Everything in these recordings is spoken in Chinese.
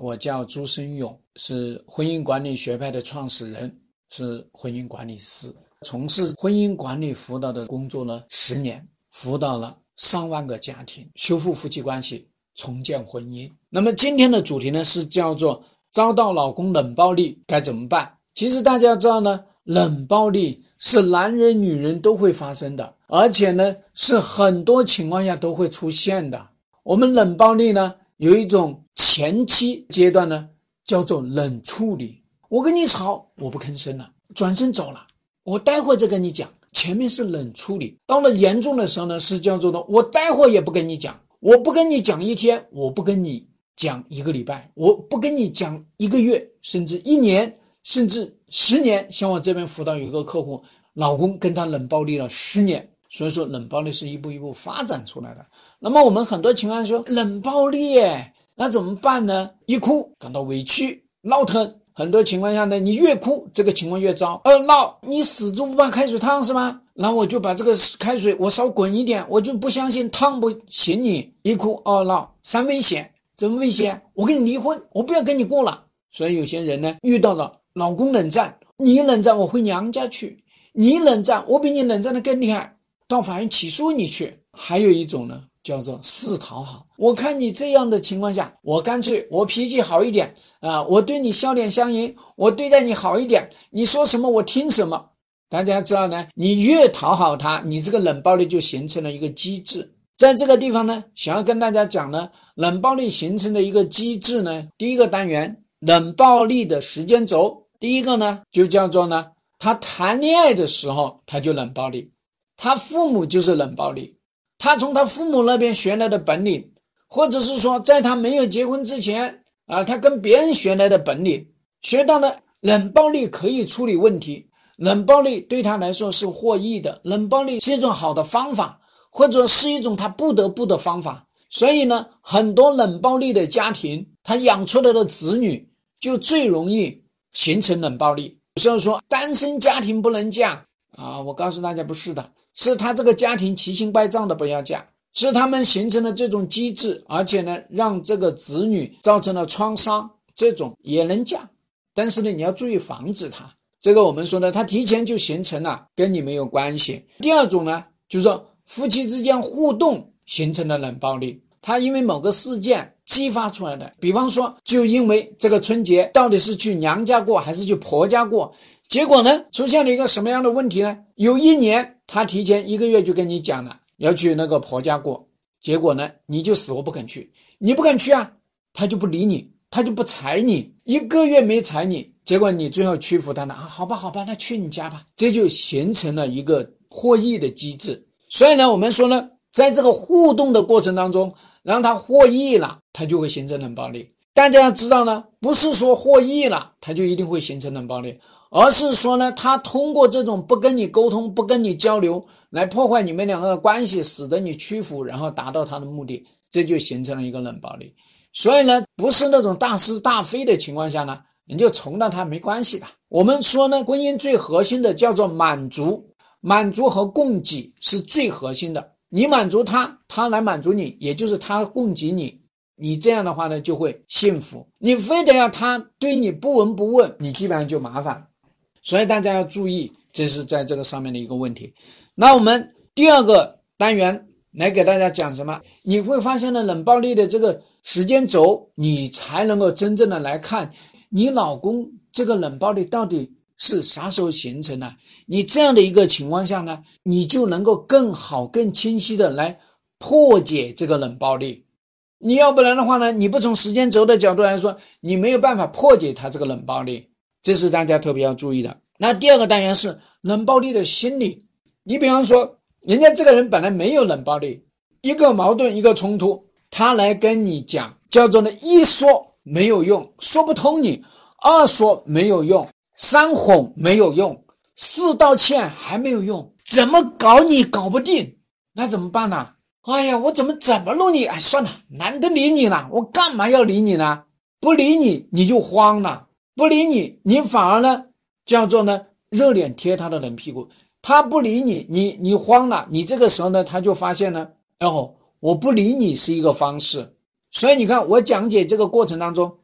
我叫朱生勇，是婚姻管理学派的创始人，是婚姻管理师，从事婚姻管理辅导的工作了10年，辅导了上万个家庭，修复夫妻关系，重建婚姻。那么今天的主题呢，是叫做遭到老公冷暴力该怎么办。其实大家知道呢，冷暴力是男人女人都会发生的，而且呢是很多情况下都会出现的。我们冷暴力呢有一种前期阶段呢叫做冷处理，我跟你吵，我不吭声了，转身走了，我待会再跟你讲，前面是冷处理。到了严重的时候呢，是叫做的我待会也不跟你讲，我不跟你讲1天，我不跟你讲1个礼拜，我不跟你讲1个月，甚至1年，甚至10年。像我这边辅导有一个客户，老公跟他冷暴力了10年，所以说冷暴力是一步一步发展出来的。那么我们很多情况说冷暴力那怎么办呢？一哭感到委屈闹腾，很多情况下呢，你越哭这个情况越糟。闹，你死猪不怕开水烫是吗？然后我就把这个开水我烧滚一点，我就不相信烫不醒你。一哭闹，3危险。怎么危险？我跟你离婚，我不要跟你过了。所以有些人呢遇到了老公冷战，你冷战我回娘家去，你冷战我比你冷战的更厉害，到法院起诉你去。还有一种呢叫做示讨好，我看你这样的情况下，我干脆我脾气好一点我对你笑脸相迎，我对待你好一点，你说什么我听什么。大家知道呢，你越讨好他，你这个冷暴力就形成了一个机制。在这个地方呢，想要跟大家讲呢，冷暴力形成的一个机制呢，第一个单元冷暴力的时间轴，第一个呢就叫做呢，他谈恋爱的时候他就冷暴力，他父母就是冷暴力，他从他父母那边学来的本领，或者是说在他没有结婚之前他跟别人学来的本领，学到了冷暴力可以处理问题，冷暴力对他来说是获益的，冷暴力是一种好的方法，或者是一种他不得不的方法。所以呢，很多冷暴力的家庭，他养出来的子女就最容易形成冷暴力。所以说单身家庭不能嫁我告诉大家不是的，是他这个家庭奇形怪状的不要嫁，是他们形成了这种机制，而且呢让这个子女造成了创伤，这种也能嫁，但是呢你要注意防止他。这个我们说呢，他提前就形成了，跟你没有关系。第二种呢，就是说夫妻之间互动形成了冷暴力，他因为某个事件激发出来的，比方说就因为这个春节到底是去娘家过还是去婆家过，结果呢出现了一个什么样的问题呢？有1年他提前1个月就跟你讲了要去那个婆家过，结果呢你就死活不肯去，你不肯去他就不理你，他就不睬你，1个月没睬你，结果你最后屈服他了好吧，那去你家吧，这就形成了一个获益的机制。所以呢我们说呢，在这个互动的过程当中，让他获益了，他就会形成冷暴力。大家要知道呢，不是说获益了他就一定会形成冷暴力，而是说呢，他通过这种不跟你沟通，不跟你交流，来破坏你们两个的关系，使得你屈服，然后达到他的目的，这就形成了一个冷暴力。所以呢，不是那种大是大非的情况下呢，你就从到他没关系的。我们说呢，婚姻最核心的叫做满足和供给是最核心的。你满足他，他来满足你，也就是他供给你，你这样的话呢就会幸福。你非得要他对你不闻不问，你基本上就麻烦。所以大家要注意，这是在这个上面的一个问题。那我们第二个单元来给大家讲什么？你会发现呢，冷暴力的这个时间轴，你才能够真正的来看你老公这个冷暴力到底是啥时候形成的。你这样的一个情况下呢，你就能够更好更清晰的来破解这个冷暴力。你要不然的话呢，你不从时间轴的角度来说，你没有办法破解他这个冷暴力，这是大家特别要注意的。那第二个单元是冷暴力的心理。你比方说人家这个人本来没有冷暴力，一个矛盾一个冲突，他来跟你讲，叫做呢一说没有用，说不通你；2说没有用，3哄没有用，4道歉还没有用，怎么搞你搞不定，那怎么办呢？哎呀，我怎么弄你？算了，懒得理你了，我干嘛要理你呢？不理你你就慌了，不理你你反而呢叫做呢热脸贴他的冷屁股。他不理你，你慌了，你这个时候呢他就发现呢我不理你是一个方式。所以你看我讲解这个过程当中，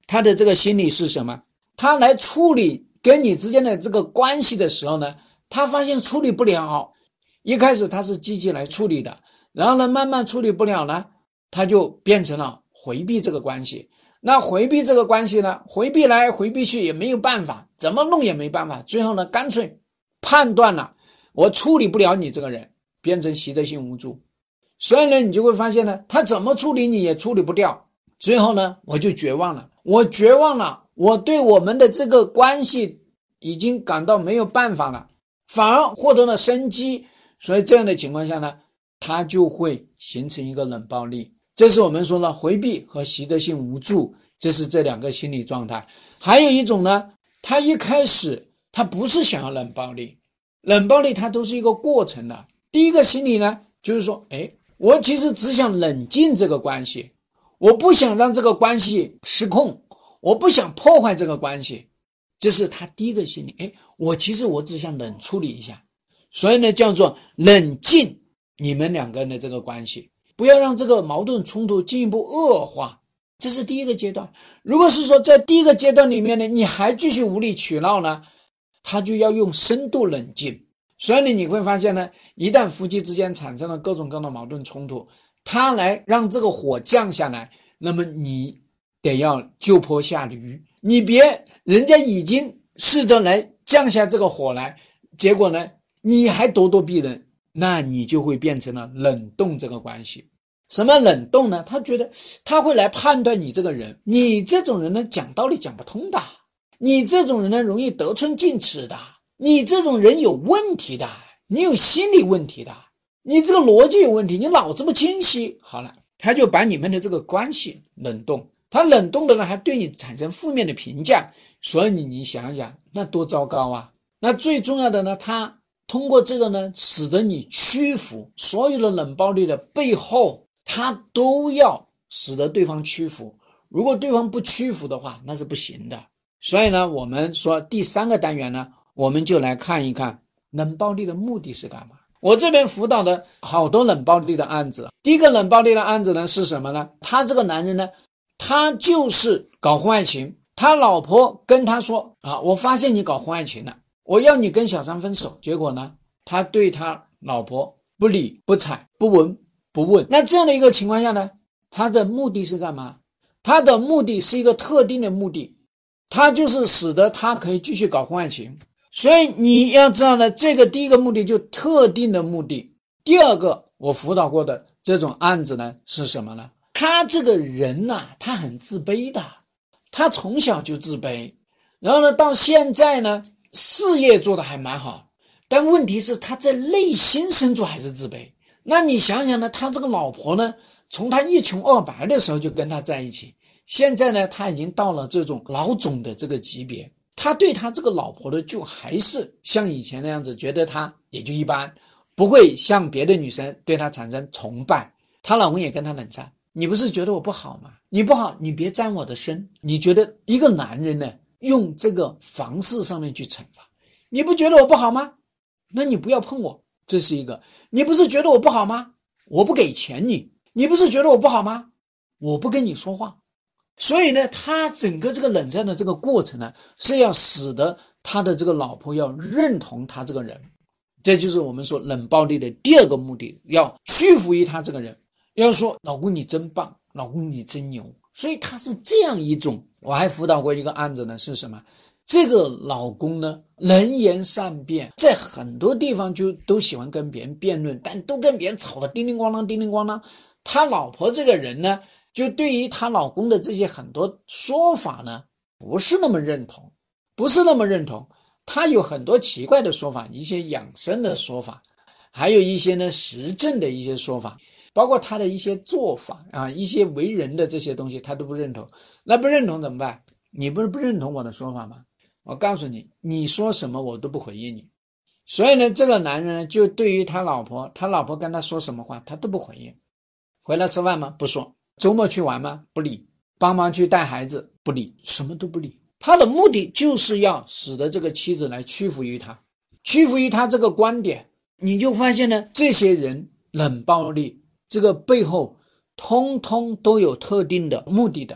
他的这个心理是什么？他来处理跟你之间的这个关系的时候呢，他发现处理不了。一开始他是积极来处理的，然后呢，慢慢处理不了呢，他就变成了回避这个关系。那回避这个关系呢，回避来回避去也没有办法，怎么弄也没办法，最后呢，干脆判断了我处理不了你这个人，变成习得性无助。所以呢，你就会发现呢，他怎么处理你也处理不掉，最后呢，我就绝望了，我对我们的这个关系已经感到没有办法了，反而获得了生机。所以这样的情况下呢，他就会形成一个冷暴力。这是我们说的回避和习得性无助，这是这两个心理状态。还有一种呢，他一开始他不是想要冷暴力，冷暴力它都是一个过程的。第一个心理呢，就是说我其实只想冷静这个关系，我不想让这个关系失控，我不想破坏这个关系，这是他第一个心理。我只想冷处理一下，所以呢，叫做冷静你们两个人的这个关系，不要让这个矛盾冲突进一步恶化，这是第一个阶段。如果是说在第一个阶段里面呢，你还继续无理取闹呢，他就要用深度冷静。所以呢，你会发现呢，一旦夫妻之间产生了各种各样的矛盾冲突，他来让这个火降下来，那么你得要就坡下驴，你别人家已经试着来降下这个火来，结果呢你还咄咄逼人，那你就会变成了冷冻这个关系。什么冷冻呢？他觉得他会来判断你这个人，你这种人呢讲道理讲不通的，你这种人呢容易得寸进尺的，你这种人有问题的，你有心理问题的，你这个逻辑有问题，你脑子不清晰。好了，他就把你们的这个关系冷冻，他冷冻的呢还对你产生负面的评价，所以你想想那多糟糕啊。那最重要的呢，他通过这个呢使得你屈服，所有的冷暴力的背后他都要使得对方屈服，如果对方不屈服的话那是不行的。所以呢，我们说第三个单元呢，我们就来看一看冷暴力的目的是干嘛。我这边辅导的好多冷暴力的案子，第一个冷暴力的案子呢是什么呢？他这个男人呢，他就是搞婚外情，他老婆跟他说我发现你搞婚外情了，我要你跟小三分手。结果呢，他对他老婆不理不睬不闻不问。那这样的一个情况下呢，他的目的是干嘛？他的目的是一个特定的目的，他就是使得他可以继续搞婚外情。所以你要知道呢，这个第一个目的就特定的目的。第二个我辅导过的这种案子呢是什么呢？他这个人他很自卑的，他从小就自卑，然后呢到现在呢事业做得还蛮好，但问题是他在内心深处还是自卑。那你想想呢，他这个老婆呢，从他一穷二白的时候就跟他在一起，现在呢他已经到了这种老总的这个级别，他对他这个老婆的就还是像以前那样子，觉得他也就一般，不会像别的女生对他产生崇拜。他老公也跟他冷战，你不是觉得我不好吗？你不好你别沾我的身。你觉得一个男人呢用这个房事上面去惩罚，你不觉得我不好吗？那你不要碰我，这是一个。你不是觉得我不好吗？我不给钱你。你不是觉得我不好吗？我不跟你说话。所以呢，他整个这个冷战的这个过程呢，是要使得他的这个老婆要认同他这个人。这就是我们说冷暴力的第二个目的，要屈服于他这个人，要说老公你真棒，老公你真牛。所以他是这样一种。我还辅导过一个案子呢，是什么？这个老公呢能言善辩，在很多地方就都喜欢跟别人辩论，但都跟别人吵得叮铃咣啷叮铃咣啷。他老婆这个人呢，就对于她老公的这些很多说法呢不是那么认同。他有很多奇怪的说法，一些养生的说法，还有一些呢实证的一些说法，包括他的一些做法一些为人的这些东西他都不认同。那不认同怎么办？你不是不认同我的说法吗？我告诉你，你说什么我都不回应你。所以呢，这个男人呢，就对于他老婆跟他说什么话他都不回应。回来吃饭吗？不说。周末去玩吗？不理。帮忙去带孩子？不理，什么都不理。他的目的就是要使得这个妻子来屈服于他，屈服于他这个观点。你就发现呢，这些人冷暴力这个背后通通都有特定的目的的。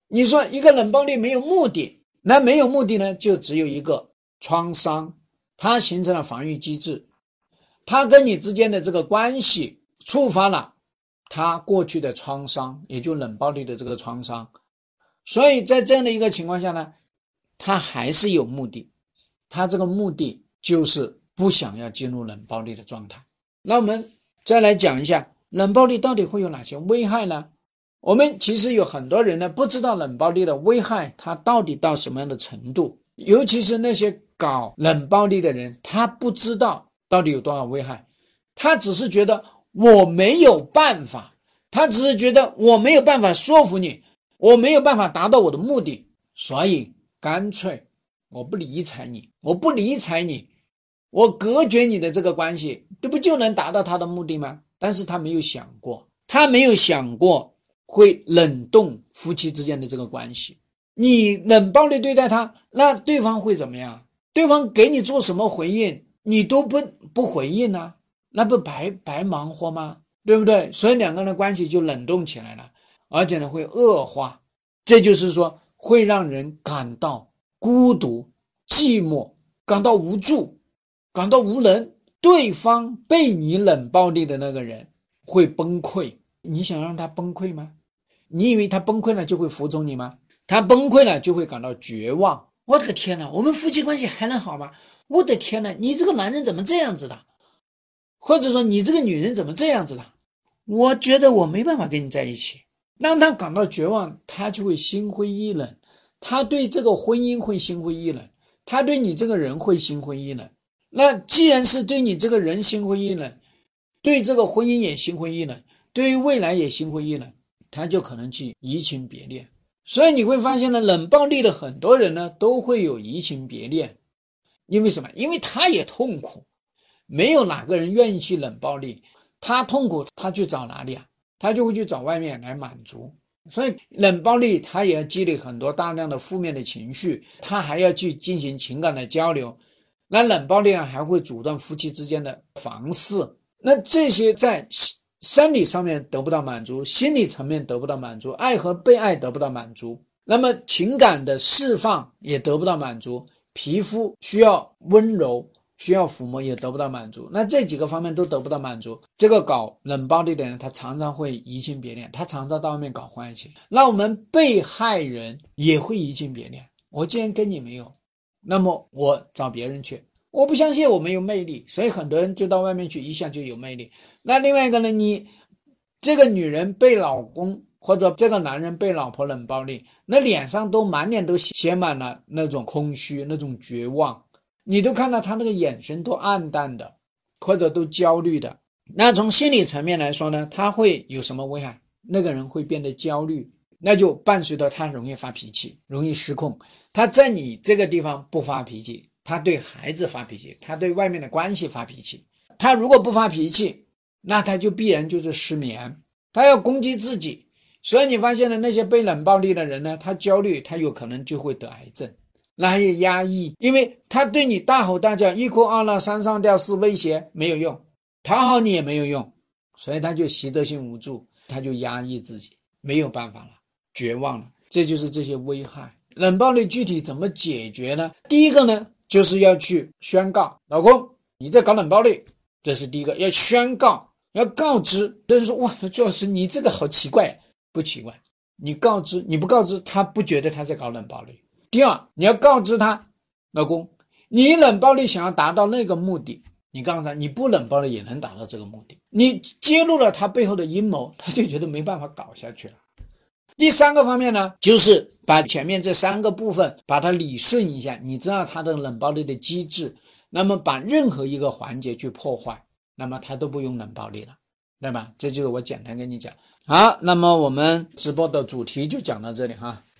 你说一个冷暴力没有目的，那没有目的呢，就只有一个创伤，它形成了防御机制，它跟你之间的这个关系触发了他过去的创伤，也就冷暴力的这个创伤。所以在这样的一个情况下呢，他还是有目的，他这个目的就是不想要进入冷暴力的状态。那我们再来讲一下冷暴力到底会有哪些危害呢？我们其实有很多人呢不知道冷暴力的危害它到底到什么样的程度，尤其是那些搞冷暴力的人，他不知道到底有多少危害，他只是觉得我没有办法，他只是觉得我没有办法说服你，我没有办法达到我的目的，所以干脆我不理睬你，我隔绝你的这个关系，这不就能达到他的目的吗？但是他没有想过会冷冻夫妻之间的这个关系。你冷暴力对待他，那对方会怎么样？对方给你做什么回应，你都不回应啊，那不白忙活吗？对不对？所以两个人的关系就冷冻起来了，而且呢会恶化。这就是说会让人感到孤独、寂寞，感到无助，感到无能。对方被你冷暴力的那个人会崩溃，你想让他崩溃吗？你以为他崩溃了就会服从你吗？他崩溃了就会感到绝望。我的个天哪，我们夫妻关系还能好吗？我的天哪，你这个男人怎么这样子的？或者说你这个女人怎么这样子的？我觉得我没办法跟你在一起。当他感到绝望，他就会心灰意冷，他对这个婚姻会心灰意冷，他对你这个人会心灰意冷。那既然是对你这个人心灰意冷，对这个婚姻也心灰意冷，对于未来也心灰意冷，他就可能去移情别恋。所以你会发现呢，冷暴力的很多人呢都会有移情别恋。因为什么？因为他也痛苦，没有哪个人愿意去冷暴力，他痛苦他去找哪里啊？他就会去找外面来满足。所以冷暴力他也要积累很多大量的负面的情绪，他还要去进行情感的交流。那冷暴力呢还会阻断夫妻之间的房事，那这些在生理上面得不到满足，心理层面得不到满足，爱和被爱得不到满足，那么情感的释放也得不到满足，皮肤需要温柔，需要抚摸也得不到满足，那这几个方面都得不到满足，这个搞冷暴力的人他常常会移情别恋，他常常到外面搞婚外情。那我们被害人也会移情别恋，我既然跟你没有，那么我找别人去，我不相信我没有魅力，所以很多人就到外面去，一下就有魅力。那另外一个呢，你这个女人被老公或者这个男人被老婆冷暴力，那脸上都满脸都写满了那种空虚，那种绝望，你都看到他那个眼神都暗淡的，或者都焦虑的。那从心理层面来说呢，他会有什么危害？那个人会变得焦虑，那就伴随着他容易发脾气，容易失控。他在你这个地方不发脾气，他对孩子发脾气，他对外面的关系发脾气。他如果不发脾气，那他就必然就是失眠，他要攻击自己。所以你发现了那些被冷暴力的人呢，他焦虑，他有可能就会得癌症。那还有压抑，因为他对你大吼大叫，一哭二闹三上吊四威胁，没有用，讨好你也没有用，所以他就习得性无助，他就压抑自己，没有办法了，绝望了。这就是这些危害。冷暴力具体怎么解决呢？第一个呢，就是要去宣告，老公你在搞冷暴力，这是第一个，要宣告，要告知。有人说哇，周老师你这个好奇怪，不奇怪，你告知，你不告知他不觉得他在搞冷暴力。第二，你要告知他，老公你冷暴力想要达到那个目的，你告诉他你不冷暴力也能达到这个目的，你揭露了他背后的阴谋，他就觉得没办法搞下去了。第三个方面呢，就是把前面这三个部分把它理顺一下，你知道他的冷暴力的机制，那么把任何一个环节去破坏，那么他都不用冷暴力了，对吧？这就是我简单跟你讲。好，那么我们直播的主题就讲到这里哈。